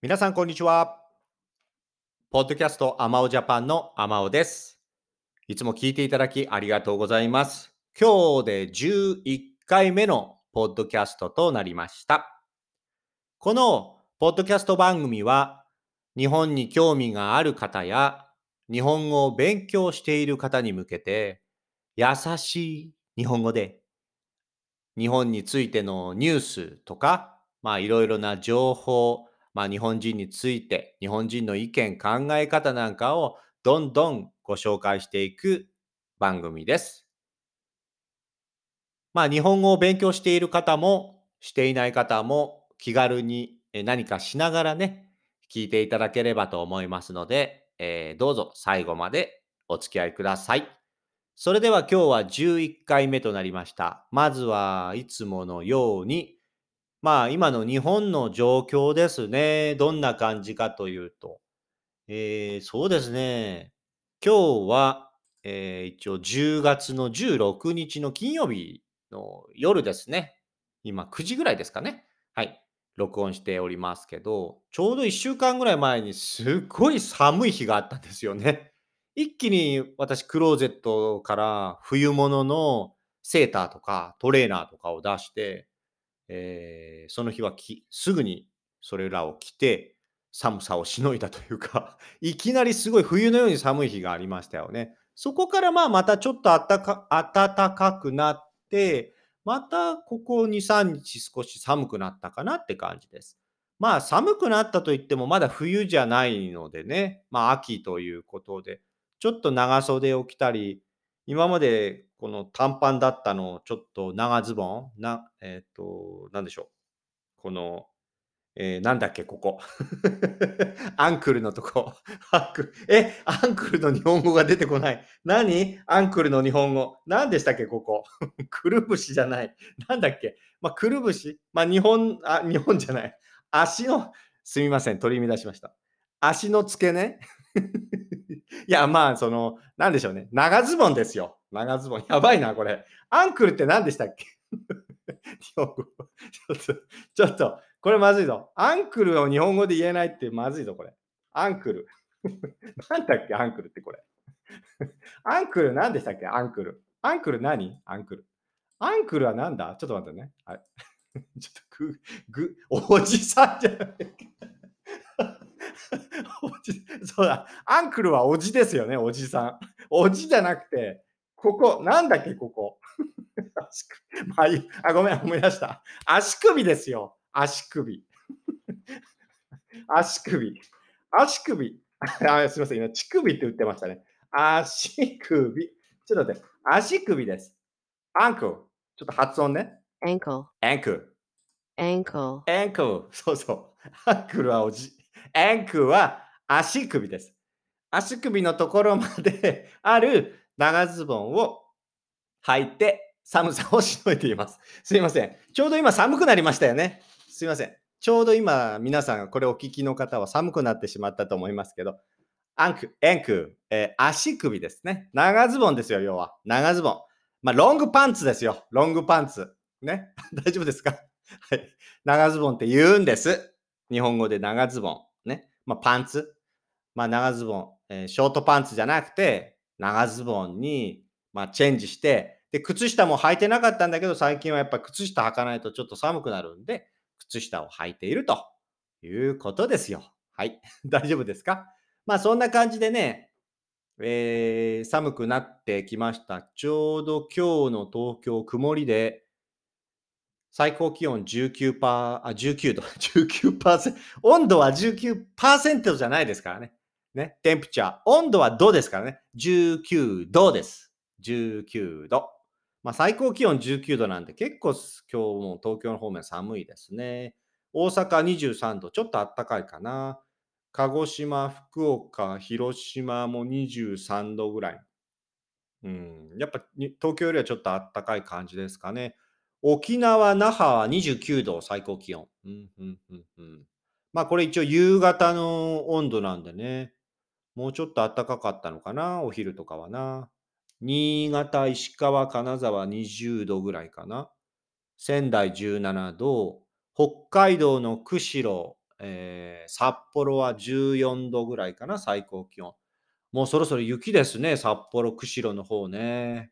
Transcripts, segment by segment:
皆さん、こんにちは。ポッドキャストアマオジャパンのアマオです。いつも聞いていただきありがとうございます。今日で11回目のポッドキャストとなりました。このポッドキャスト番組は、日本に興味がある方や、日本語を勉強している方に向けて、優しい日本語で日本についてのニュースとか、いろいろな情報、日本人について、日本人の意見、考え方なんかをどんどんご紹介していく番組です。日本語を勉強している方も、していない方も気軽に何かしながらね、聞いていただければと思いますので、どうぞ最後までお付き合いください。それでは今日は11回目となりました。まずはいつものように、今の日本の状況ですね。どんな感じかというと、そうですね。今日は、一応10月の16日の金曜日の夜ですね。今9時ぐらいですかね。はい。録音しておりますけど、ちょうど1週間ぐらい前にすっごい寒い日があったんですよね。一気に私クローゼットから冬物のセーターとかトレーナーとかを出して、その日はすぐにそれらを着て、寒さをしのいだというか、いきなりすごい冬のように寒い日がありましたよね。そこからまたちょっと暖かくなって、またここ2、3日少し寒くなったかなって感じです。寒くなったと言ってもまだ冬じゃないのでね、秋ということで、ちょっと長袖を着たり、今までこの短パンだったのをちょっと長ズボン、なんでしょう。この、なんだっけ、ここ。アンクルのとこ。アンクルの日本語が出てこない。何アンクルの日本語。何でしたっけ、ここ。くるぶしじゃない。なんだっけ。くるぶし日本じゃない。足の、すみません、取り乱しました。足の付け根いや、なんでしょうね。長ズボンですよ。長ズボン。やばいな、これ。アンクルって何でしたっけ日本語。ちょっと、これまずいぞ。アンクルを日本語で言えないってまずいぞ、これ。アンクル。なんだっけ、アンクルってこれ。アンクル何でしたっけ、アンクル。アンクル何アンクル。アンクルは何だちょっと待ってね。はい。ちょっとおじさんじゃない。そうだ、アンクルはおじですよね、おじさん。おじじゃなくて、ここ、なんだっけ、ここ。足首。いいごめん、思い出した。足首ですよ。足首。足首。足首。すみません、今、乳首って言ってましたね。足首。ちょっと待って、足首です。アンクル。ちょっと発音ね。 ankle, アンクル。 ankle, アンクル。そうそう。アンクルはおじ。アンクルは足首です。足首のところまである長ズボンを履いて、寒さをしのいでいます。すいません。ちょうど今寒くなりましたよね。すいません。ちょうど今、皆さんこれお聞きの方は寒くなってしまったと思いますけど、アンク、足首ですね。長ズボンですよ、要は。長ズボン。ロングパンツですよ。ロングパンツ。ね。大丈夫ですかはい。長ズボンって言うんです。日本語で長ズボン。ね。パンツ。長ズボン、ショートパンツじゃなくて、長ズボンに、チェンジして、で、靴下も履いてなかったんだけど、最近はやっぱ靴下履かないとちょっと寒くなるんで、靴下を履いているということですよ。はい。大丈夫ですか？そんな感じでね、寒くなってきました。ちょうど今日の東京曇りで、最高気温19度、19%、温度は19%じゃないですからね。ね、テンプチャー、温度は度ですからね。19度です。19度。最高気温19度なんで、結構今日も東京の方面寒いですね。大阪23度、ちょっと暖かいかな。鹿児島、福岡、広島も23度ぐらい。やっぱ東京よりはちょっと暖かい感じですかね。沖縄、那覇は29度、最高気温。これ一応夕方の温度なんでね、もうちょっと暖かかったのかな、お昼とかはな。新潟、石川、金沢20度ぐらいかな。仙台17度、北海道の釧路、 札幌は14度ぐらいかな、最高気温。もうそろそろ雪ですね、札幌、釧路の方ね。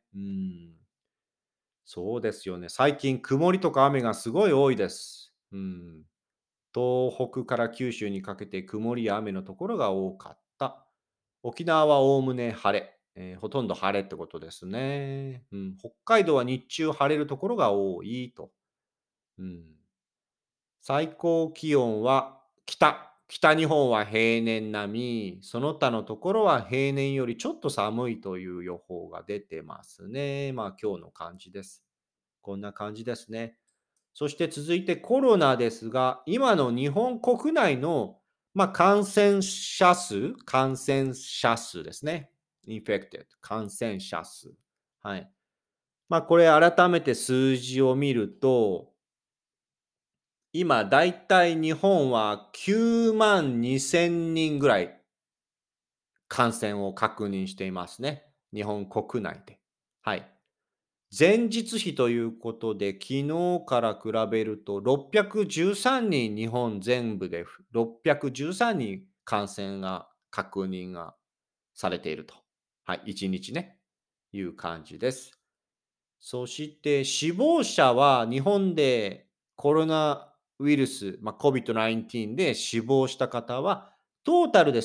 そうですよね。最近曇りとか雨がすごい多いです。東北から九州にかけて曇りや雨のところが多かった。沖縄はおおむね晴れ。ほとんど晴れってことですね。北海道は日中晴れるところが多いと。うん、最高気温は北日本は平年並み、その他のところは平年よりちょっと寒いという予報が出てますね。まあ今日の感じです。こんな感じですね。そして続いてコロナですが、今の日本国内の、感染者数ですね。infected、感染者数。はい。これ改めて数字を見ると、今だいたい日本は9万2000人ぐらい感染を確認していますね。日本国内で。はい。前日比ということで、昨日から比べると613人、日本全部で613人感染が確認がされていると。はい、1日ね、いう感じです。そして死亡者は日本でコロナウイルス、COVID-19 で死亡した方は、トータルで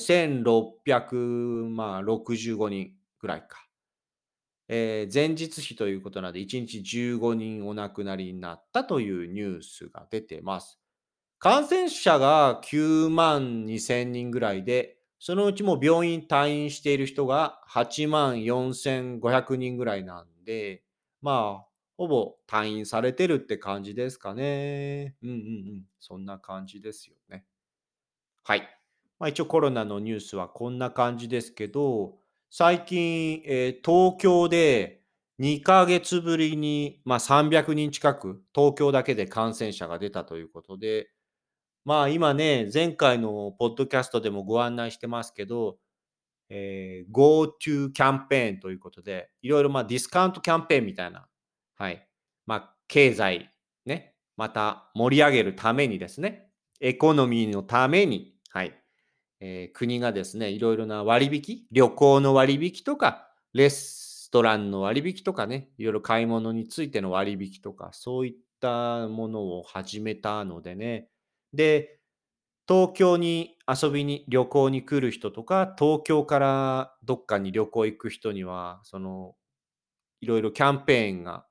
1665人ぐらいか。前日比ということなので、1日15人お亡くなりになったというニュースが出てます。感染者が9万2000人ぐらいで、そのうちも病院退院している人が8万4500人ぐらいなんで、ほぼ退院されてるって感じですかね。そんな感じですよね。はい。一応コロナのニュースはこんな感じですけど、最近、東京で2ヶ月ぶりに、300人近く、東京だけで感染者が出たということで、今ね、前回のポッドキャストでもご案内してますけど、GoTo キャンペーンということで、いろいろディスカウントキャンペーンみたいな、はい。経済ね、また盛り上げるためにですね、エコノミーのために、はい。国がですね、いろいろな割引、旅行の割引とか、レストランの割引とかね、いろいろ買い物についての割引とか、そういったものを始めたのでね。で、東京に遊びに、旅行に来る人とか、東京からどっかに旅行行く人には、いろいろキャンペーンが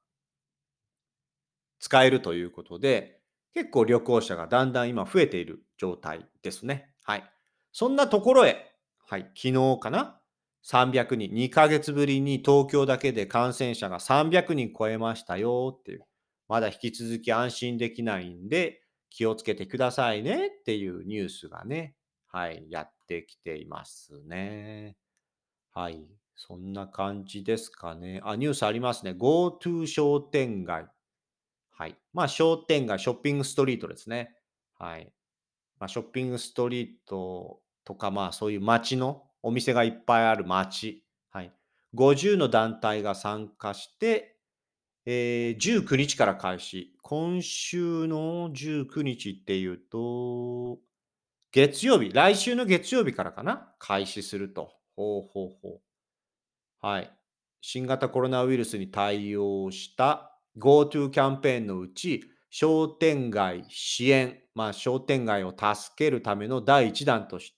使えるということで、結構旅行者がだんだん今増えている状態ですね。はい。そんなところへ、はい、昨日かな ?300 人、2ヶ月ぶりに東京だけで感染者が300人超えましたよっていう、まだ引き続き安心できないんで、気をつけてくださいねっていうニュースがね、はい、やってきていますね。はい。そんな感じですかね。ニュースありますね。GoTo 商店街。はい。商店街、ショッピングストリートですね。はい。ショッピングストリートとか、そういう街のお店がいっぱいある街。はい。50の団体が参加して、19日から開始。今週の19日っていうと、月曜日、来週の月曜日からかな開始すると。ほうほうほう。はい。新型コロナウイルスに対応した GoTo キャンペーンのうち、商店街支援、商店街を助けるための第一弾として、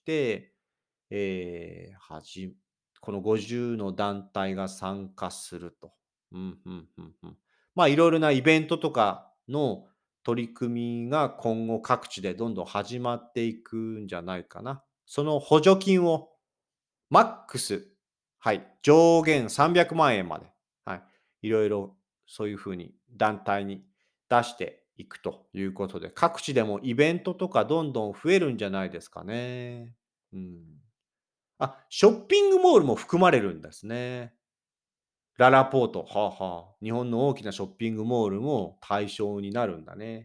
えーはじこの50の団体が参加すると。いろいろなイベントとかの取り組みが今後各地でどんどん始まっていくんじゃないかな。その補助金をマックス、はい、上限300万円まで、はい、いろいろそういうふうに団体に出していくということで、各地でもイベントとかどんどん増えるんじゃないですかね。うん。ショッピングモールも含まれるんですね。ララポート、はあはあ。日本の大きなショッピングモールも対象になるんだね。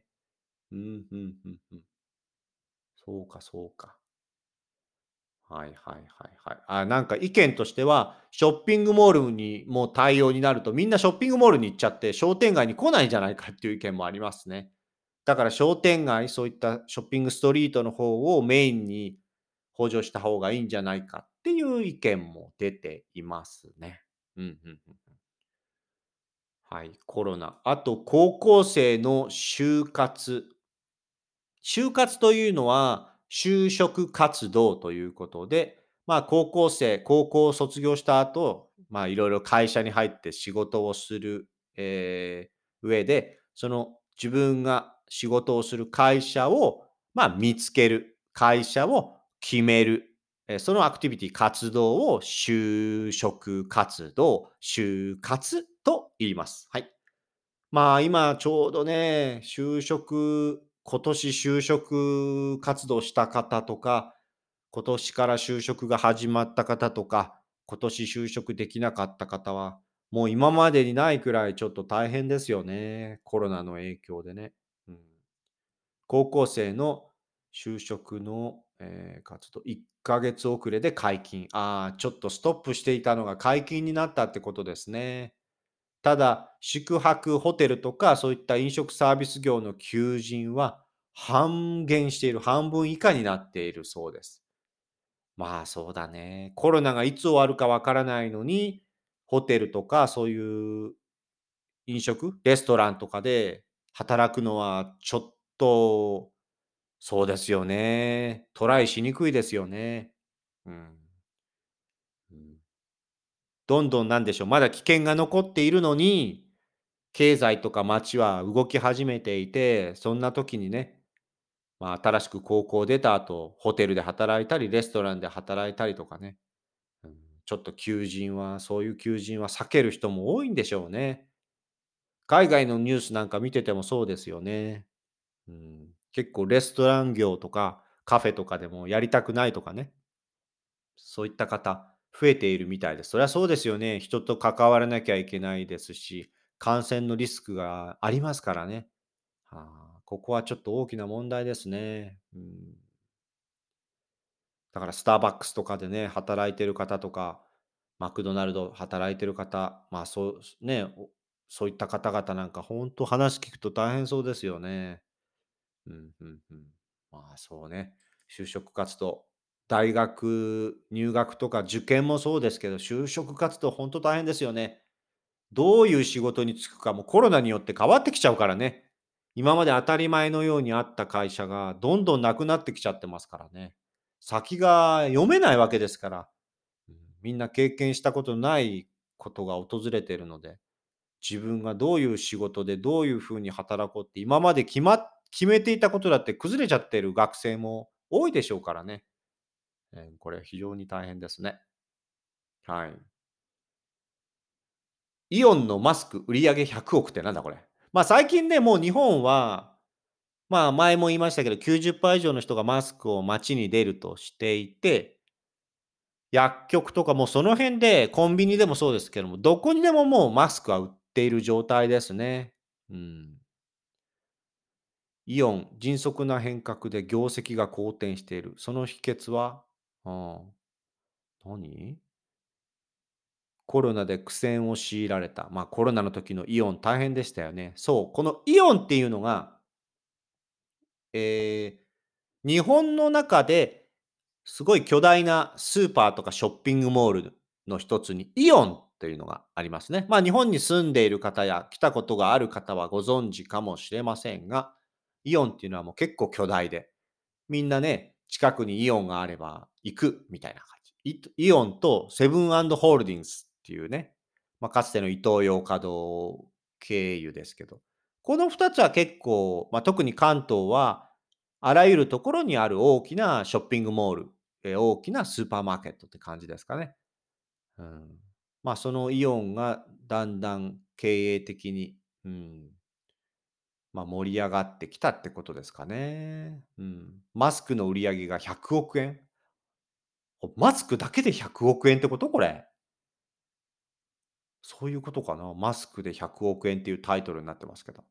そうか、そうか。はいはいはいはい。なんか意見としては、ショッピングモールにも対応になると、みんなショッピングモールに行っちゃって、商店街に来ないんじゃないかっていう意見もありますね。 だから商店街、そういったショッピングストリートの方をメインに補助した方がいいんじゃないかっていう意見も出ていますね。うんうんうんうん。はい、コロナ。あと高校生の就活。就活というのは、就職活動ということで、高校を卒業した後、いろいろ会社に入って仕事をする、上で、その自分が仕事をする会社を、見つける、会社を決める、そのアクティビティ、活動を就職活動、就活と言います。はい。今ちょうどね、今年就職活動した方とか、今年から就職が始まった方とか、今年就職できなかった方は、もう今までにないくらいちょっと大変ですよね。コロナの影響でね。うん、高校生の就職の、活動、1ヶ月遅れで解禁。ちょっとストップしていたのが解禁になったってことですね。ただ、宿泊、ホテルとか、そういった飲食サービス業の求人は半減している、半分以下になっているそうです。そうだね。コロナがいつ終わるかわからないのに、ホテルとかそういう飲食、レストランとかで働くのはちょっと、そうですよね。トライしにくいですよね。うん。うん、どんどんなんでしょう、まだ危険が残っているのに、経済とか街は動き始めていて、そんな時にね、新しく高校出た後、ホテルで働いたり、レストランで働いたりとかね、うん、ちょっとそういう求人は避ける人も多いんでしょうね。海外のニュースなんか見ててもそうですよね。うん、結構レストラン業とかカフェとかでもやりたくないとかね、そういった方増えているみたいです。そりゃそうですよね。人と関わらなきゃいけないですし、感染のリスクがありますからね。ここはちょっと大きな問題ですね。うん。だからスターバックスとかでね、働いてる方とか、マクドナルド働いてる方、そういった方々なんか本当話聞くと大変そうですよね。うんうんうん。そうね。就職活動、大学入学とか受験もそうですけど、就職活動本当大変ですよね。どういう仕事に就くかもコロナによって変わってきちゃうからね。今まで当たり前のようにあった会社がどんどんなくなってきちゃってますからね。先が読めないわけですから。みんな経験したことないことが訪れているので、自分がどういう仕事でどういうふうに働こうって今まで決めていたことだって崩れちゃってる学生も多いでしょうからね。これ非常に大変ですね。はい。イオンのマスク売上100億ってなんだこれ。最近ね、もう日本は、前も言いましたけど、90%以上の人がマスクを街に出るとしていて、薬局とかもその辺で、コンビニでもそうですけども、どこにでももうマスクは売っている状態ですね。うん。イオン、迅速な変革で業績が好転している。その秘訣は、あ何コロナで苦戦を強いられた。コロナの時のイオン大変でしたよね。そう、このイオンっていうのが、え日本の中ですごい巨大なスーパーとかショッピングモールの一つにイオンというのがありますね。日本に住んでいる方や来たことがある方はご存知かもしれませんが、イオンっていうのはもう結構巨大で、みんなね、近くにイオンがあれば行くみたいな感じ。イオンとセブンホールディングスっていうね、かつてのイトーヨーカドー経由ですけど、この2つは結構、特に関東は、あらゆるところにある大きなショッピングモール、大きなスーパーマーケットって感じですかね。うん。そのイオンがだんだん経営的に、うん、盛り上がってきたってことですかね。うん。マスクの売り上げが100億円。マスクだけで100億円ってことこれ。そういうことかな。マスクで100億円っていうタイトルになってますけど。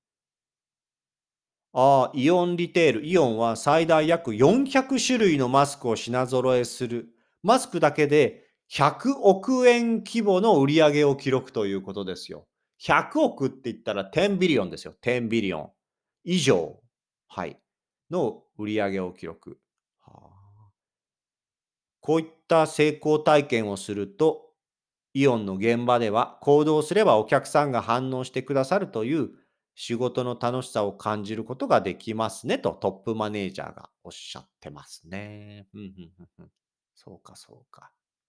イオンリテール。イオンは最大約400種類のマスクを品揃えする。マスクだけで100億円規模の売り上げを記録ということですよ。100億って言ったら10ビリオンですよ。10ビリオン。 以上、はい、の売り上げを記録。はあ。こういった成功体験をすると、イオンの現場では行動すればお客さんが反応してくださるという仕事の楽しさを感じることができますねとトップマネージャーがおっしゃってますね。うんうんうんうん。そうかそうか。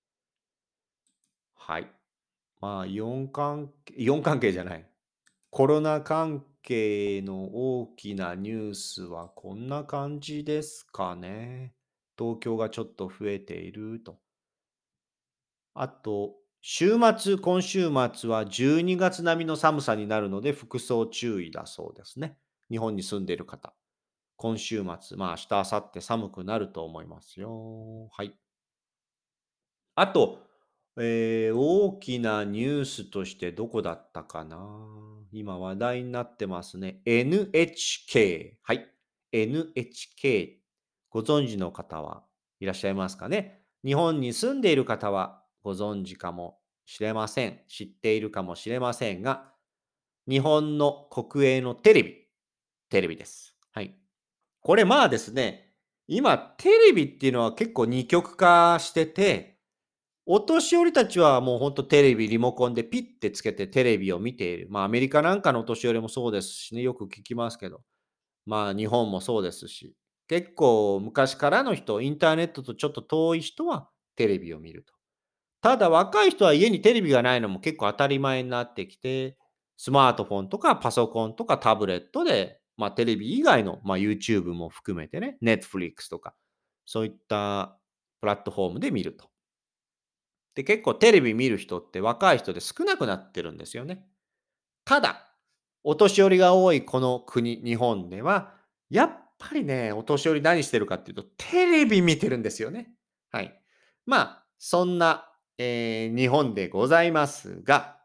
はい。まあ、イオン関係じゃない。コロナ関係の大きなニュースはこんな感じですかね。東京がちょっと増えていると。あと、今週末は12月並みの寒さになるので、服装注意だそうですね。日本に住んでいる方。今週末、まあ明日、明後日寒くなると思いますよ。はい。あと、大きなニュースとしてどこだったかな。今話題になってますね。NHK。はい。NHK。ご存知の方はいらっしゃいますかね。日本に住んでいる方はご存知かもしれません。知っているかもしれませんが、日本の国営のテレビです。はい。これまあですね、今テレビっていうのは結構二極化してて、お年寄りたちはもうほんとテレビ、リモコンでピッてつけてテレビを見ている。まあ、アメリカなんかのお年寄りもそうですしね、よく聞きますけど、まあ、日本もそうですし、結構昔からの人、インターネットとちょっと遠い人はテレビを見ると。ただ若い人は家にテレビがないのも結構当たり前になってきて、スマートフォンとかパソコンとかタブレットで、まあ、テレビ以外の、まあ、YouTube も含めてね、Netflix とか、そういったプラットフォームで見ると。で、結構テレビ見る人って若い人で少なくなってるんですよね。ただ、お年寄りが多いこの国、日本では、やっぱりね、お年寄り何してるかっていうと、テレビ見てるんですよね。はい。まあ、そんな、日本でございますが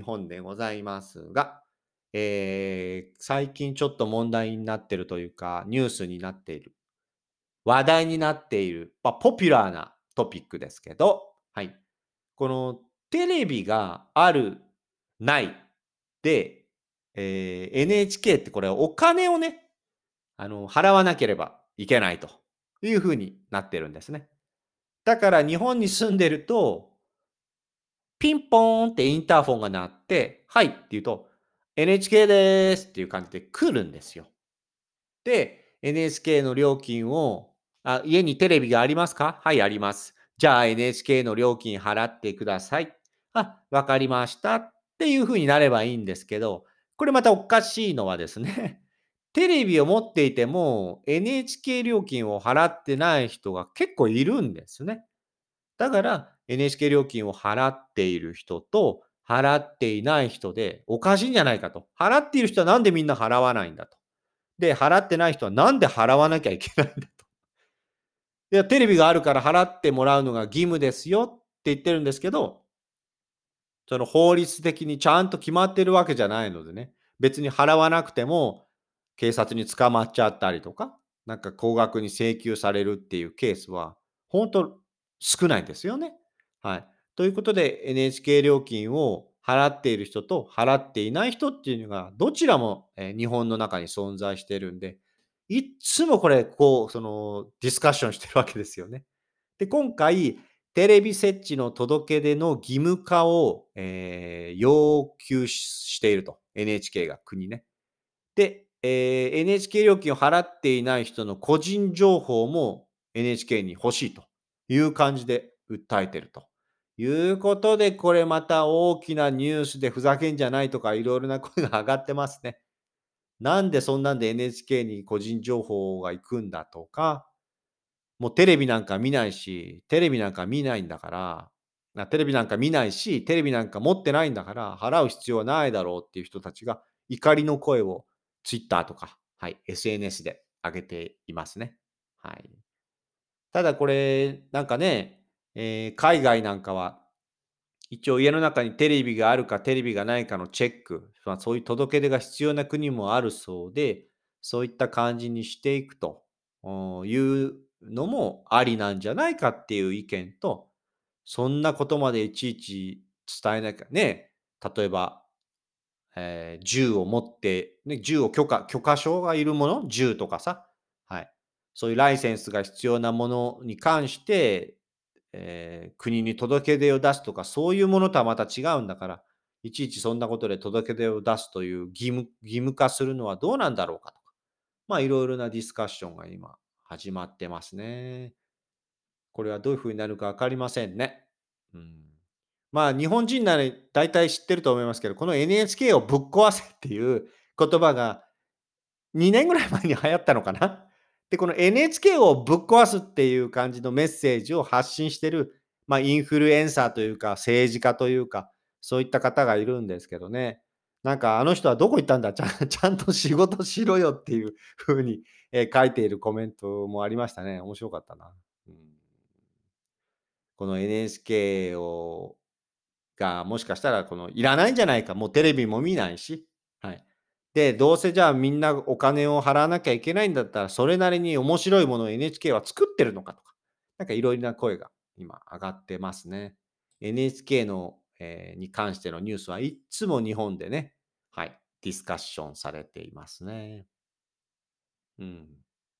最近ちょっと問題になってるというか、ニュースになっている、話題になっている、まあ、ポピュラーなトピックですけど、はい。このテレビがある、ないで、NHK ってこれお金をね、払わなければいけないという風になってるんですね。だから日本に住んでると、ピンポーンってインターフォンが鳴って、はいって言うと、NHK ですっていう感じで来るんですよ。で、NHK の料金を、家にテレビがありますか？はい、あります。じゃあ NHK の料金払ってください。わかりましたっていう風になればいいんですけど、これまたおかしいのはですね、テレビを持っていても NHK 料金を払ってない人が結構いるんですね。だから NHK 料金を払っている人と払っていない人でおかしいんじゃないかと。払っている人はなんでみんな払わないんだと。で、払ってない人はなんで払わなきゃいけないんだと。いや、テレビがあるから払ってもらうのが義務ですよって言ってるんですけど、その法律的にちゃんと決まってるわけじゃないのでね、別に払わなくても警察に捕まっちゃったりとか、なんか高額に請求されるっていうケースは、本当少ないんですよね。はい。ということで、NHK 料金を払っている人と払っていない人っていうのが、どちらも、日本の中に存在しているんで、いっつもこれ、ディスカッションしてるわけですよね。で、今回、テレビ設置の届け出の義務化を、要求していると。NHK が国ね。で、NHK 料金を払っていない人の個人情報も NHK に欲しいという感じで訴えてると。いうことで、これまた大きなニュースでふざけんじゃないとかいろいろな声が上がってますね。なんでそんなんで NHK に個人情報が行くんだとか、もうテレビなんか見ないし、テレビなんか見ないんだから、テレビなんか見ないし、テレビなんか持ってないんだから、払う必要はないだろうっていう人たちが、怒りの声を Twitter とか、はい、SNS で上げていますね。はい。ただこれ、なんかね、海外なんかは、一応家の中にテレビがあるかテレビがないかのチェック、まあ、そういう届け出が必要な国もあるそうで、そういった感じにしていくというのもありなんじゃないかっていう意見と、そんなことまでいちいち伝えなきゃね、例えば銃を持って、ね、銃を許可証がいるもの、銃とかさ、はい。そういうライセンスが必要なものに関して、国に届け出を出すとか、そういうものとはまた違うんだから、いちいちそんなことで届け出を出すという義務化するのはどうなんだろうかとか、まあ、いろいろなディスカッションが今始まってますね。これはどういう風になるか分かりませんね。うん。まあ、日本人なら大体知ってると思いますけど、この NHK をぶっ壊せっていう言葉が2年ぐらい前に流行ったのかな。で、この NHK をぶっ壊すっていう感じのメッセージを発信してる、まあ、インフルエンサーというか、政治家というか、そういった方がいるんですけどね。なんかあの人はどこ行ったんだ、ちゃんと仕事しろよっていう風に、書いているコメントもありましたね。面白かったな。うん。この NHK が、もしかしたらいらないんじゃないか、もうテレビも見ないし、はい。で、どうせじゃあみんなお金を払わなきゃいけないんだったら、それなりに面白いものを NHK は作ってるのかとか、なんかいろいろな声が今上がってますね。NHK に関してのニュースはいっつも日本でね、はい、ディスカッションされていますね。うん。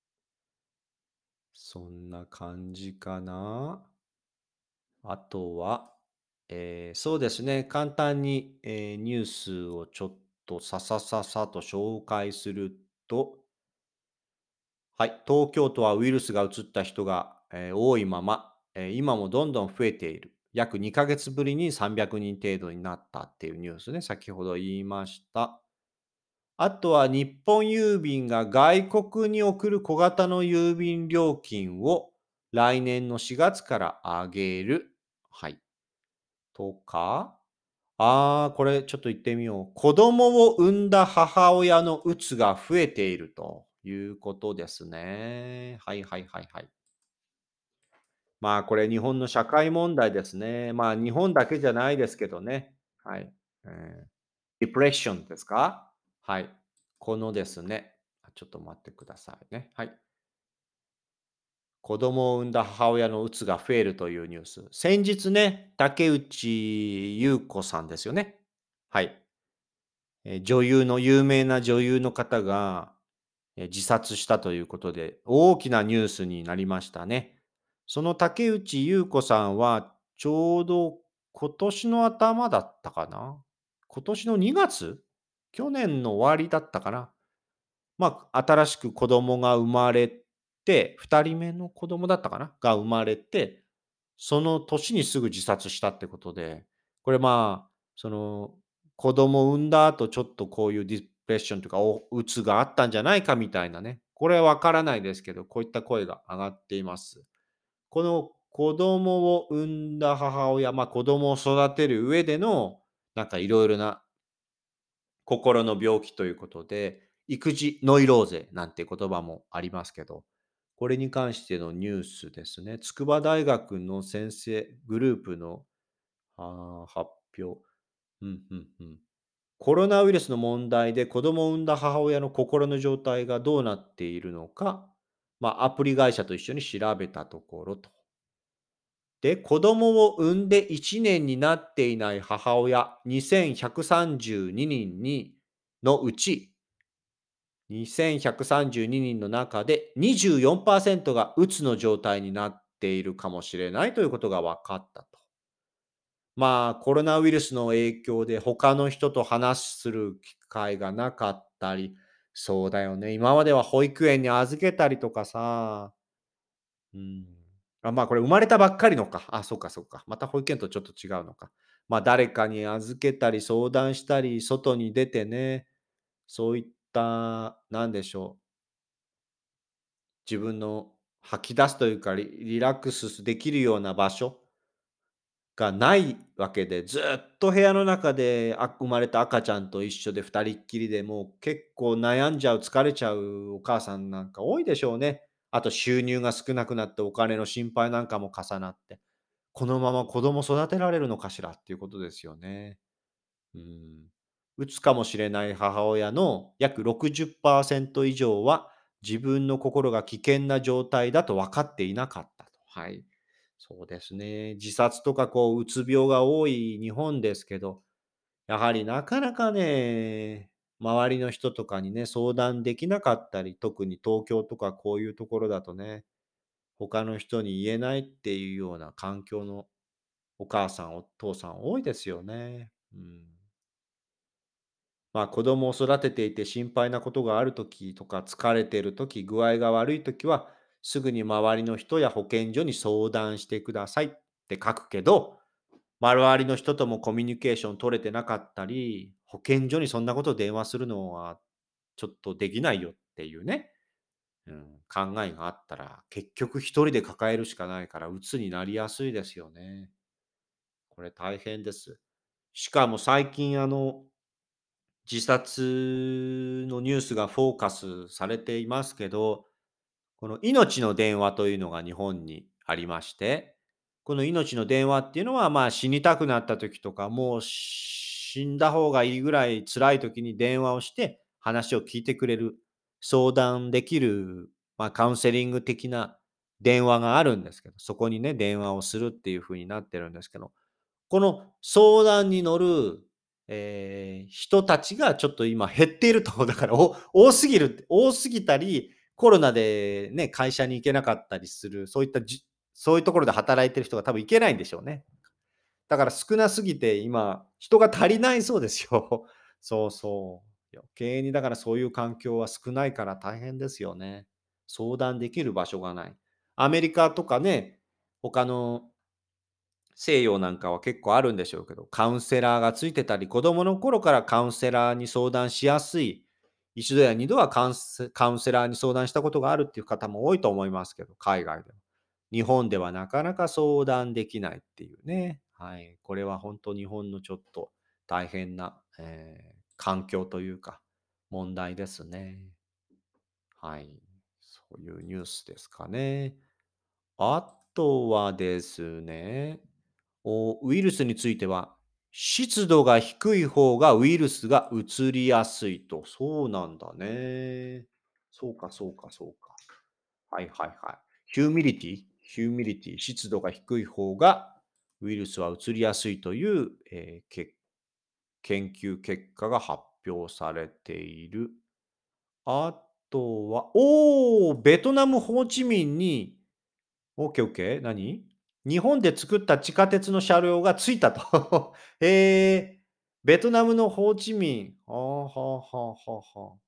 そんな感じかな。あとは、そうですね、簡単に、ニュースをちょっとさと紹介すると、はい、東京都はウイルスが移った人が、多いまま、今もどんどん増えている。約2ヶ月ぶりに300人程度になったっていうニュースね、先ほど言いました。あとは日本郵便が外国に送る小型の郵便料金を来年の4月から上げる。はい。とか、これちょっと言ってみよう。子供を産んだ母親のうつが増えているということですね。はいはいはいはい。まあ、これ日本の社会問題ですね。まあ、日本だけじゃないですけどね。はい。ディプレッションですか？はい。このですね、ちょっと待ってくださいね。はい。子供を産んだ母親のうつが増えるというニュース。先日ね、竹内優子さんですよね。はい。有名な女優の方が、自殺したということで、大きなニュースになりましたね。その竹内優子さんは、ちょうど今年の頭だったかな。今年の2月、去年の終わりだったかな。まあ、新しく子供が生まれて、2人目の子供だったかなが生まれて、その年にすぐ自殺したってことで、これまあ、子供を産んだ後、ちょっとこういうディプレッションとか、うつがあったんじゃないかみたいなね、これはわからないですけど、こういった声が上がっています。この子供を産んだ母親、まあ、子供を育てる上での、なんかいろいろな心の病気ということで、育児ノイローゼなんて言葉もありますけど、これに関してのニュースですね。筑波大学の先生グループの発表。うんうんうん。コロナウイルスの問題で子供を産んだ母親の心の状態がどうなっているのか、まあ、アプリ会社と一緒に調べたところと。で、子供を産んで1年になっていない母親2132人のうち、2132人の中で24%がうつの状態になっているかもしれないということが分かったと。まあ、コロナウイルスの影響で他の人と話する機会がなかったり、そうだよね。今までは保育園に預けたりとかさ、うん。まあ、これ生まれたばっかりのか。そうかそうか。また保育園とちょっと違うのか。まあ、誰かに預けたり相談したり、外に出てね、そういった、なんでしょう、自分の吐き出すというか、リラックスできるような場所がないわけで、ずっと部屋の中で、生まれた赤ちゃんと一緒で二人っきりで、もう結構悩んじゃう、疲れちゃうお母さんなんか多いでしょうね。あと収入が少なくなってお金の心配なんかも重なって、このまま子供育てられるのかしらっていうことですよね。うん。うつかもしれない母親の約60%以上は、自分の心が危険な状態だと分かっていなかったと。はい。そうですね。自殺とかうつ病が多い日本ですけど、 やはりなかなかね、周りの人とかにね、相談できなかったり、特に東京とかこういうところだとね、他の人に言えないっていうような環境のお母さん、お父さん多いですよね。うん。まあ、子供を育てていて心配なことがあるときとか、疲れているとき、具合が悪いときは、すぐに周りの人や保健所に相談してくださいって書くけど、周りの人ともコミュニケーション取れてなかったり、保健所にそんなこと電話するのはちょっとできないよっていうね、うん、考えがあったら、結局一人で抱えるしかないから、鬱になりやすいですよね。これ大変です。しかも最近自殺のニュースがフォーカスされていますけど、この命の電話というのが日本にありまして、この命の電話っていうのは、まあ、死にたくなった時とか、もう死んだ方がいいぐらい辛い時に電話をして話を聞いてくれる、相談できる、まあ、カウンセリング的な電話があるんですけど、そこにね、電話をするっていう風になってるんですけど、この相談に乗る、人たちがちょっと今減っていると。だから、多すぎたり、コロナでね、会社に行けなかったりする、そういうところで働いてる人が多分行けないんでしょうね。だから少なすぎて今、人が足りないそうですよ。そうそう。余計にだからそういう環境は少ないから大変ですよね。相談できる場所がない。アメリカとかね、他の西洋なんかは結構あるんでしょうけど、カウンセラーがついてたり、子供の頃からカウンセラーに相談しやすい、一度や二度はカウンセラーに相談したことがあるっていう方も多いと思いますけど、海外でも。日本ではなかなか相談できないっていうね。はい。これは本当日本のちょっと大変な、環境というか、問題ですね。はい。そういうニュースですかね。あとはですね、ウイルスについては、湿度が低い方がウイルスが移りやすいと。そうなんだね。そうかそうかそうか。はいはいはい。ヒューミリティ、湿度が低い方がウイルスは移りやすいという、研究結果が発表されている。あとは、ベトナム、ホーチミンにオッケーオッケー。何？日本で作った地下鉄の車両が着いたと。へえ。ベトナムのホーチミン。はあはあはあはあはあ。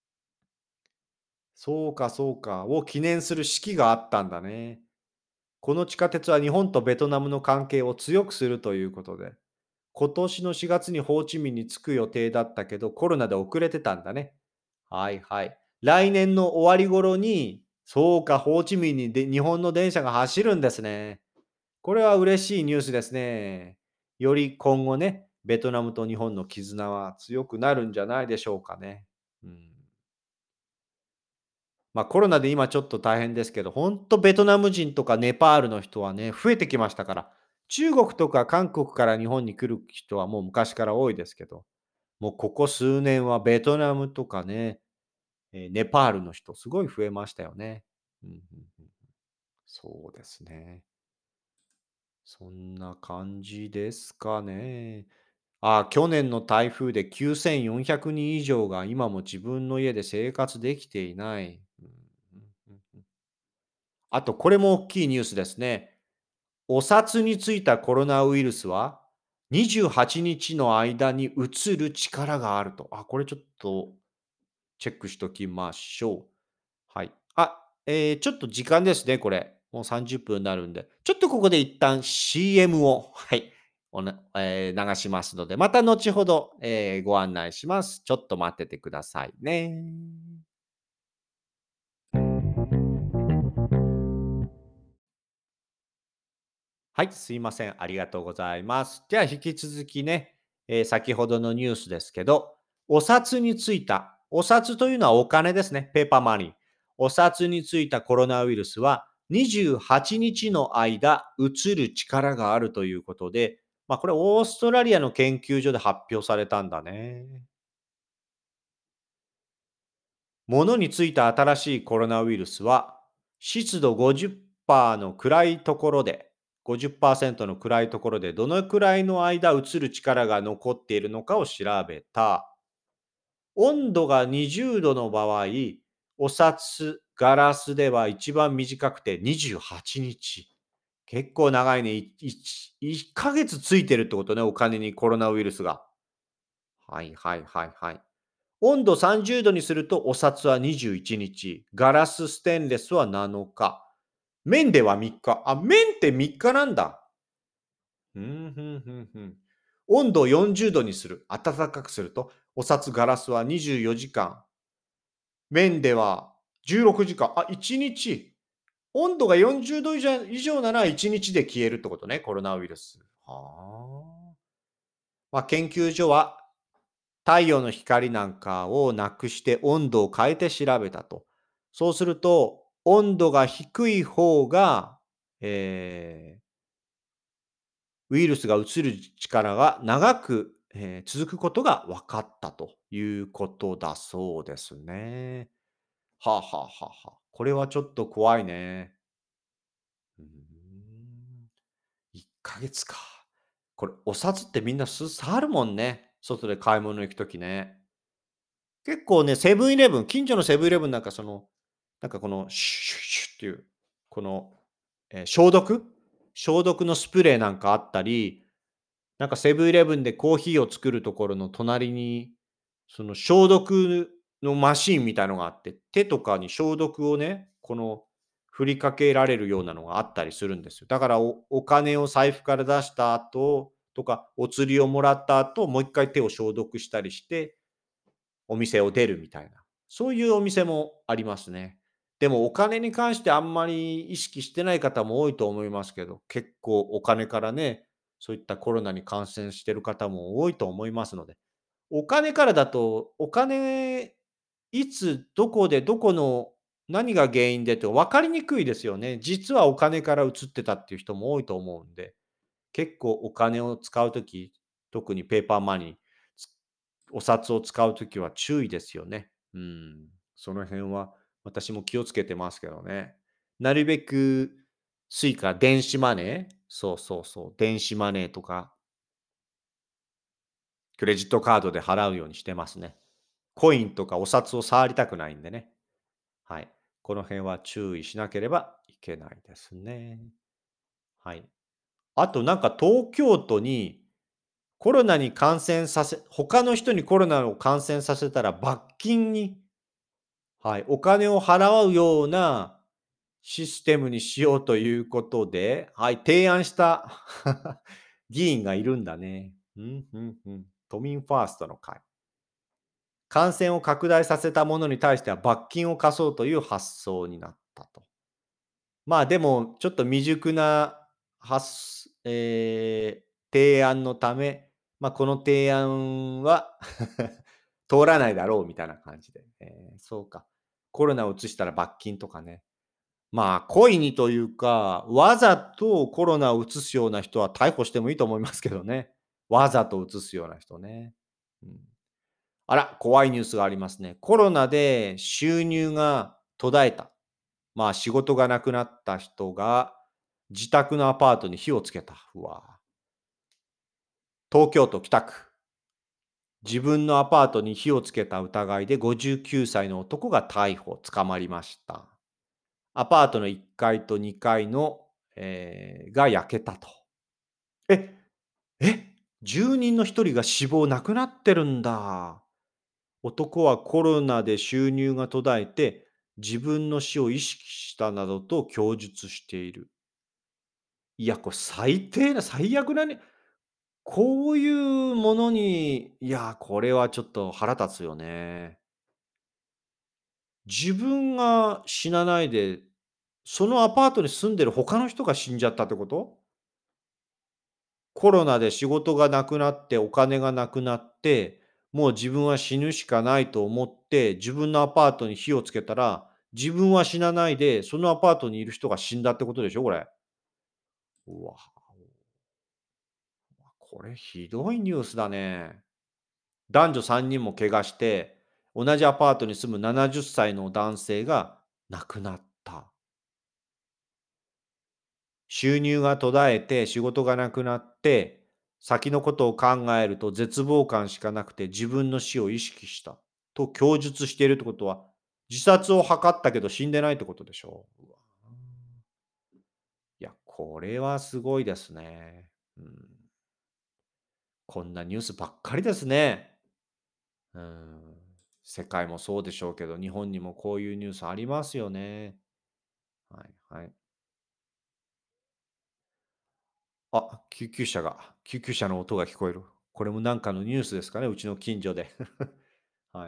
そうかそうか。を記念する式があったんだね。この地下鉄は日本とベトナムの関係を強くするということで、今年の4月にホーチミンに着く予定だったけど、コロナで遅れてたんだね。はいはい。来年の終わり頃に、そうか、ホーチミンに日本の電車が走るんですね。これは嬉しいニュースですね。より今後ね、ベトナムと日本の絆は強くなるんじゃないでしょうかね。うん。まあコロナで今ちょっと大変ですけど、本当ベトナム人とかネパールの人はね、増えてきましたから、中国とか韓国から日本に来る人はもう昔から多いですけど、もうここ数年はベトナムとかね、ネパールの人すごい増えましたよね。うんうんうん、そうですね。そんな感じですかね。去年の台風で9400人以上が今も自分の家で生活できていない。あと、これも大きいニュースですね。お札についたコロナウイルスは28日の間に移る力があると。これちょっとチェックしときましょう。はい。ちょっと時間ですね、これ。もう30分になるんで。ちょっとここで一旦 CM を、はい、流しますので、また後ほど、ご案内します。ちょっと待っててくださいね。はい、すいません。ありがとうございます。じゃあ引き続きね、先ほどのニュースですけど、お札というのはお金ですね。ペーパーマニー。お札についたコロナウイルスは28日の間移る力があるということで、まあこれオーストラリアの研究所で発表されたんだね。物についた新しいコロナウイルスは湿度50%の暗いところで 50%の暗いところでどのくらいの間映る力が残っているのかを調べた。温度が20度の場合、お札、ガラスでは一番短くて28日。結構長いね。1ヶ月ついてるってことね、お金にコロナウイルスが。はいはいはいはい。温度30度にするとお札は21日、ガラス、ステンレスは7日、綿では3日。あ、綿って3日なんだ。ふんふんふんふん。温度を40度にする。暖かくすると、お札、ガラスは24時間。綿では16時間。あ、1日。温度が40度以上なら1日で消えるってことね、コロナウイルス。はあ。まあ、研究所は太陽の光なんかをなくして温度を変えて調べたと。そうすると、温度が低い方が、ウイルスが移る力が長く、続くことが分かったということだそうですね。はあはあはあはあ。これはちょっと怖いね。うーん。1ヶ月か。これ、お札ってみんな触るもんね。外で買い物行くときね。結構ね、セブンイレブン、近所のセブンイレブンなんかなんかこのシュッシュッシュッっていう、この、消毒のスプレーなんかあったり、なんかセブンイレブンでコーヒーを作るところの隣に、その消毒のマシーンみたいのがあって、手とかに消毒をね、振りかけられるようなのがあったりするんですよ。だからお金を財布から出した後とか、お釣りをもらった後、もう一回手を消毒したりしてお店を出るみたいな、そういうお店もありますね。でもお金に関してあんまり意識してない方も多いと思いますけど、結構お金からね、そういったコロナに感染してる方も多いと思いますので、お金からだと、お金、いつ、どこで、どこの何が原因でって分かりにくいですよね。実はお金から移ってたっていう人も多いと思うんで。結構お金を使うとき、特にペーパーマニー、お札を使うときは注意ですよね。うん。その辺は私も気をつけてますけどね。なるべくスイカ、電子マネー、そうそうそう、電子マネーとか、クレジットカードで払うようにしてますね。コインとかお札を触りたくないんでね。はい。この辺は注意しなければいけないですね。はい。あとなんか東京都にコロナに感染させ他の人にコロナを感染させたら罰金に、はい、お金を払うようなシステムにしようということで、はい、提案した議員がいるんだね。うん、うんうん。都民ファーストの会。感染を拡大させた者に対しては罰金を課そうという発想になったと。まあ、でも、ちょっと未熟な提案のため、ま、この提案は通らないだろうみたいな感じで。そうか。コロナを移したら罰金とかね。まあ、故意にというか、わざとコロナを移すような人は逮捕してもいいと思いますけどね。わざと移すような人ね。うん。あら、怖いニュースがありますね。コロナで収入が途絶えた。まあ、仕事がなくなった人が、自宅のアパートに火をつけた。うわ。東京都北区。自分のアパートに火をつけた疑いで59歳の男が逮捕、捕まりました。アパートの1階と2階の、が焼けたと。え、住人の1人が死亡、亡くなってるんだ。男はコロナで収入が途絶えて、自分の死を意識したなどと供述している。いや、これ最悪なね、こういうものに、いや、これはちょっと腹立つよね。自分が死なないで、そのアパートに住んでる他の人が死んじゃったってこと？コロナで仕事がなくなって、お金がなくなって、もう自分は死ぬしかないと思って、自分のアパートに火をつけたら、自分は死なないで、そのアパートにいる人が死んだってことでしょ、これ。うわ、これひどいニュースだね。男女3人も怪我して、同じアパートに住む70歳の男性が亡くなった。 収入が途絶えて仕事がなくなって、先のことを考えると絶望感しかなくて自分の死を意識したと供述しているってことは、自殺を図ったけど死んでないってことでしょう。うわ、いや、これはすごいですね。うん、こんなニュースばっかりですね。うん、世界もそうでしょうけど、日本にもこういうニュースありますよね。はいはい。あ、救急車の音が聞こえる。これもなんかのニュースですかね、うちの近所で。はい。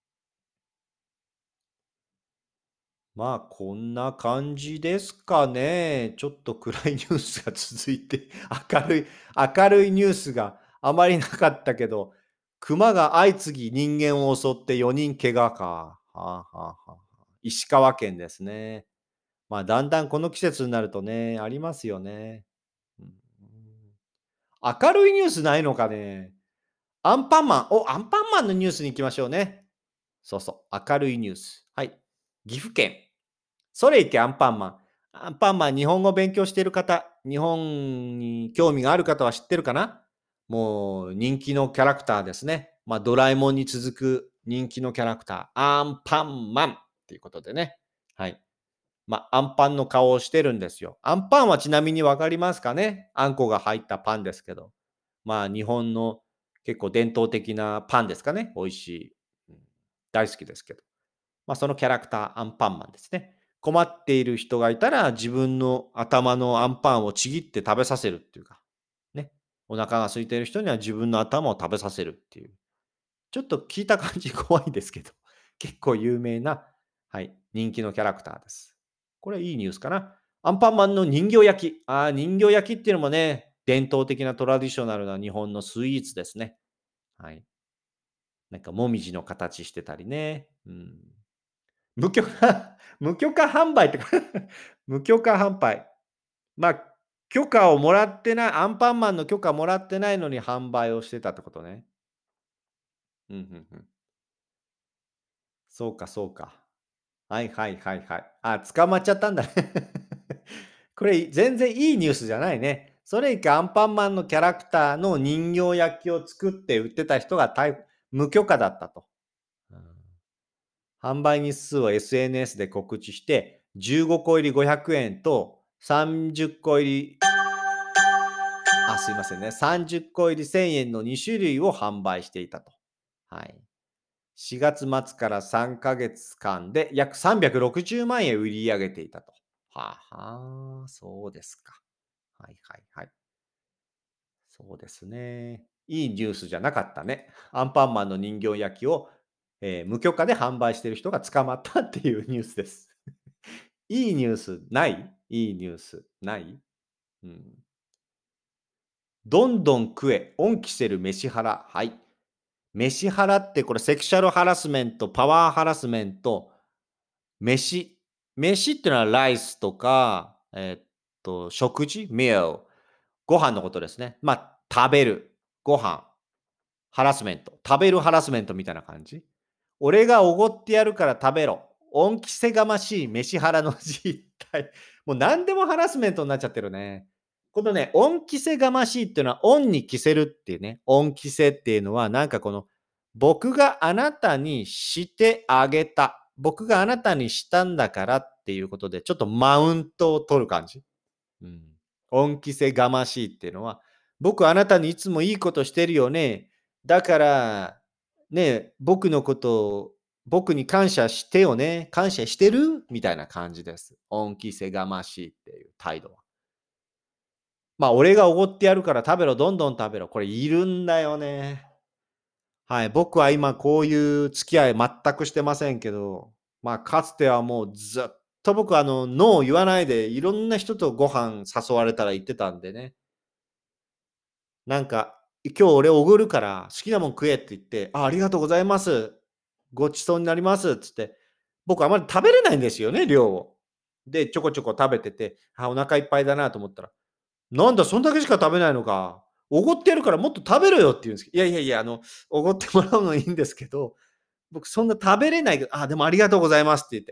まあ、こんな感じですかね。ちょっと暗いニュースが続いて、明るいニュースがあまりなかったけど、熊が相次ぎ人間を襲って4人怪我か。はあ、はあはあ、石川県ですね。まあ、だんだんこの季節になるとね、ありますよね。うん、明るいニュースないのかね。アンパンマンのニュースに行きましょうね。そうそう、明るいニュース。はい。岐阜県。それいけアンパンマン。アンパンマン、日本語勉強している方、日本に興味がある方は知ってるかな。もう人気のキャラクターですね。まあ、ドラえもんに続く人気のキャラクター、アンパンマンっていうことでね。はい。まあ、アンパンの顔をしてるんですよ。アンパンはちなみに分かりますかね。あんこが入ったパンですけど。まあ、日本の結構伝統的なパンですかね。美味しい。うん、大好きですけど。まあ、そのキャラクター、アンパンマンですね。困っている人がいたら、自分の頭のアンパンをちぎって食べさせるっていうか、ね。お腹が空いている人には自分の頭を食べさせるっていう。ちょっと聞いた感じ怖いですけど、結構有名な、はい、人気のキャラクターです。これいいニュースかな。アンパンマンの人形焼き。ああ、人形焼きっていうのもね、伝統的なトラディショナルな日本のスイーツですね。はい。なんかもみじの形してたりね。うん。無許可無許可販売ってか無許可販売。まあ、許可をもらってない、アンパンマンの許可もらってないのに販売をしてたってことね。うん、うんうん。そうかそうか。はいはいはいはい。あ、捕まっちゃったんだね。これ全然いいニュースじゃないね。それ以下アンパンマンのキャラクターの人形焼きを作って売ってた人が無許可だったと。うん、販売日数を SNS で告知して、15個入り500円と30個入り、すいませんね、30個入り1000円の2種類を販売していたと。はい。4月末から3ヶ月間で約360万円売り上げていたと。はあはあ、そうですか。はいはいはい。そうですね。いいニュースじゃなかったね。アンパンマンの人形焼きを、無許可で販売している人が捕まったっていうニュースです。いいニュースないいいニュースない、うん。どんどん食え、恩着せる飯腹。はい。飯腹ってこれセクシャルハラスメント、パワーハラスメント、飯。飯っていうのはライスとか、食事、meal、ご飯のことですね。まあ、食べる、ご飯、ハラスメント、食べるハラスメントみたいな感じ。俺がおごってやるから食べろ。恩着せがましい飯腹の実態。もう何でもハラスメントになっちゃってるね。このね、恩着せがましいっていうのは、恩に着せるっていうね、恩着せっていうのは、なんかこの、僕があなたにしてあげた。僕があなたにしたんだからっていうことで、ちょっとマウントを取る感じ。うん。恩着せがましいっていうのは、僕あなたにいつもいいことしてるよね。だから、ね、僕のことを、僕に感謝してよね。感謝してるみたいな感じです。恩着せがましいっていう態度は。まあ、俺がおごってやるから食べろ、どんどん食べろ。これいるんだよね。はい。僕は今こういう付き合い全くしてませんけど、まあ、かつてはもうずっと僕ノーを言わないで、いろんな人とご飯誘われたら行ってたんでね。なんか、今日俺おごるから好きなもん食えって言って、ありがとうございます。ごちそうになりますっつって、僕あまり食べれないんですよね、量を。で、ちょこちょこ食べてて、お腹いっぱいだなと思ったら、なんだ、そんだけしか食べないのか。おごってやるからもっと食べろよって言うんですけど、いやいやいや、おごってもらうのいいんですけど、僕そんな食べれないけど、でもありがとうございますって言って。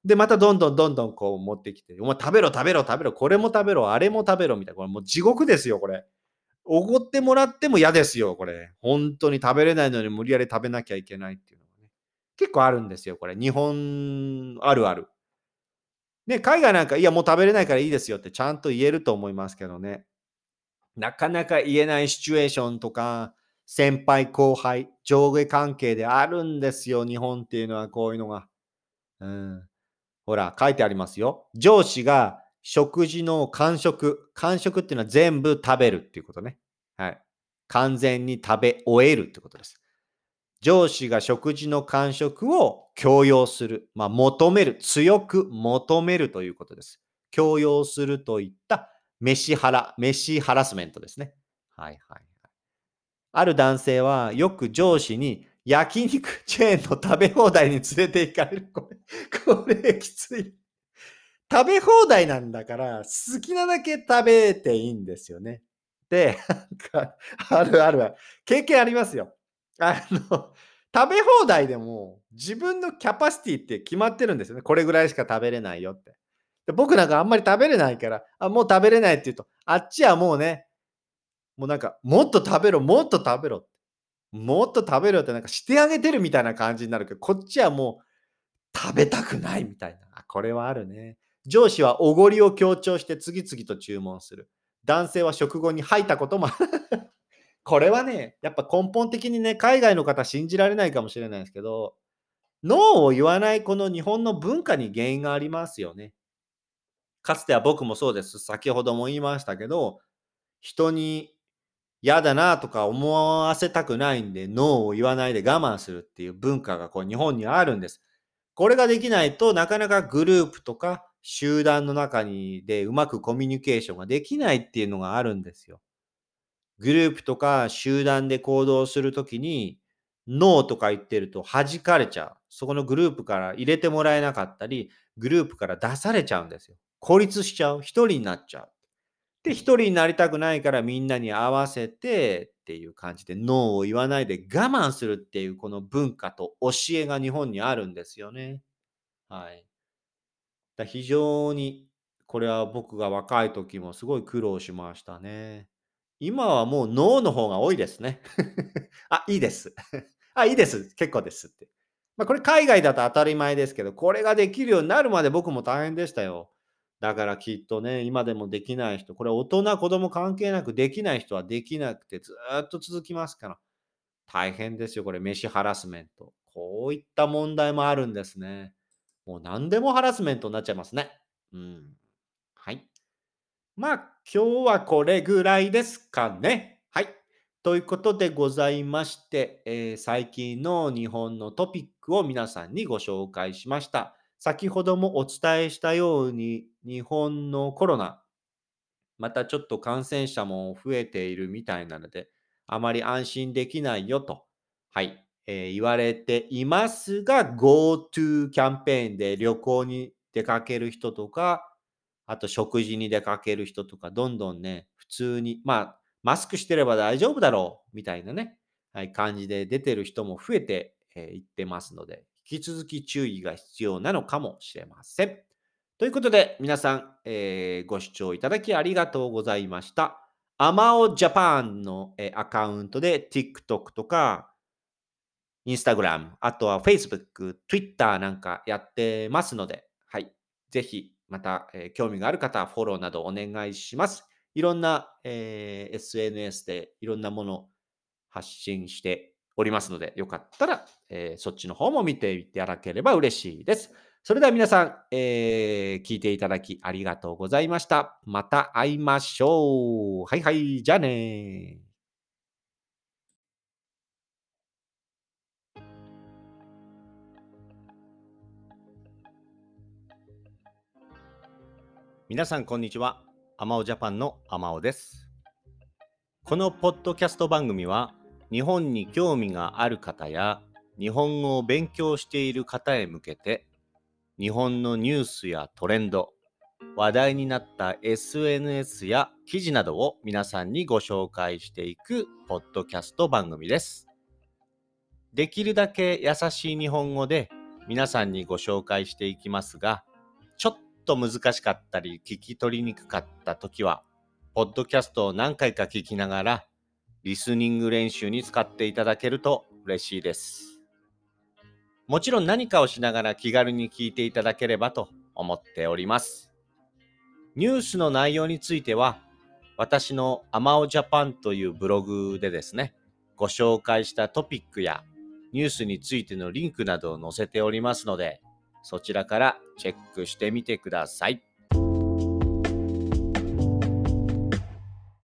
で、またどんどんどんどんこう持ってきて、お前食べろ食べろ食べろ、これも食べろ、あれも食べろみたいな、これもう地獄ですよ、これ。おごってもらっても嫌ですよ、これ。本当に食べれないのに無理やり食べなきゃいけないっていうのがね。結構あるんですよ、これ。日本あるある。ね、海外なんか、いやもう食べれないからいいですよってちゃんと言えると思いますけどね。なかなか言えないシチュエーションとか、先輩後輩、上下関係であるんですよ、日本っていうのはこういうのが。うん。ほら、書いてありますよ。上司が食事の完食。完食っていうのは全部食べるっていうことね。はい。完全に食べ終えるってことです。上司が食事の完食を強要する。まあ、求める。強く求めるということです。強要するといった飯ハラスメントですね。はいはい。ある男性はよく上司に焼肉チェーンの食べ放題に連れて行かれる。これきつい。食べ放題なんだから、好きなだけ食べていいんですよね。で、なんか、あるあるある。経験ありますよ。食べ放題でも、自分のキャパシティって決まってるんですよね。これぐらいしか食べれないよって。で、僕なんかあんまり食べれないから、あ、もう食べれないって言うと、あっちはもうね、もうなんか、もっと食べろ、もっと食べろ。もっと食べろってなんかしてあげてるみたいな感じになるけど、こっちはもう食べたくないみたいな。あ、これはあるね。上司はおごりを強調して次々と注文する。男性は食後に吐いたこともある。これはね、やっぱ根本的にね、海外の方信じられないかもしれないですけど、ノーを言わないこの日本の文化に原因がありますよね。かつては僕もそうです。先ほども言いましたけど、人に嫌だなとか思わせたくないんで、ノーを言わないで我慢するっていう文化がこう日本にあるんです。これができないとなかなかグループとか集団の中にでうまくコミュニケーションができないっていうのがあるんですよ。グループとか集団で行動するときに、ノーとか言ってると弾かれちゃう。そこのグループから入れてもらえなかったり、グループから出されちゃうんですよ。孤立しちゃう。一人になっちゃう。で、一人になりたくないからみんなに合わせてっていう感じで、ノーを言わないで我慢するっていうこの文化と教えが日本にあるんですよね。はい。非常に、これは僕が若い時もすごい苦労しましたね。今はもうノーの方が多いですね。あ、いいです。あ、いいです。結構ですって。まあ、これ海外だと当たり前ですけど、これができるようになるまで僕も大変でしたよ。だからきっとね、今でもできない人、これ大人、子供関係なくできない人はできなくてずーっと続きますから。大変ですよ、これ、飯ハラスメント。こういった問題もあるんですね。もう何でもハラスメントになっちゃいますね。うん。はい。まあ、今日はこれぐらいですかね。はい。ということでございまして、最近の日本のトピックを皆さんにご紹介しました。先ほどもお伝えしたように、日本のコロナ、またちょっと感染者も増えているみたいなので、あまり安心できないよと、はい、言われていますが、GoTo キャンペーンで旅行に出かける人とか、あと食事に出かける人とか、どんどんね、普通に、まあ、マスクしてれば大丈夫だろう、みたいなね、はい、感じで出てる人も増えていってますので、引き続き注意が必要なのかもしれません。ということで、皆さん、ご視聴いただきありがとうございました。アマオジャパンの、アカウントで TikTok とか Instagram、あとは Facebook、Twitter なんかやってますので、はい。ぜひ、また、興味がある方はフォローなどお願いします。いろんな、SNS でいろんなもの発信しておりますので、よかったら、そっちの方も見ていただければ嬉しいです。それでは皆さん、聞いていただきありがとうございました。また会いましょう。はいはい、じゃあね。皆さん、こんにちは。アマオジャパンのアマオです。このポッドキャスト番組は、日本に興味がある方や、日本語を勉強している方へ向けて、日本のニュースやトレンド、話題になった SNS や記事などを皆さんにご紹介していくポッドキャスト番組です。できるだけ優しい日本語で皆さんにご紹介していきますが、ちょっと難しかったり聞き取りにくかった時は、ポッドキャストを何回か聞きながら、リスニング練習に使っていただけると嬉しいです。もちろん何かをしながら気軽に聞いていただければと思っております。ニュースの内容については、私のアマオジャパンというブログでですね、ご紹介したトピックやニュースについてのリンクなどを載せておりますので、そちらからチェックしてみてください。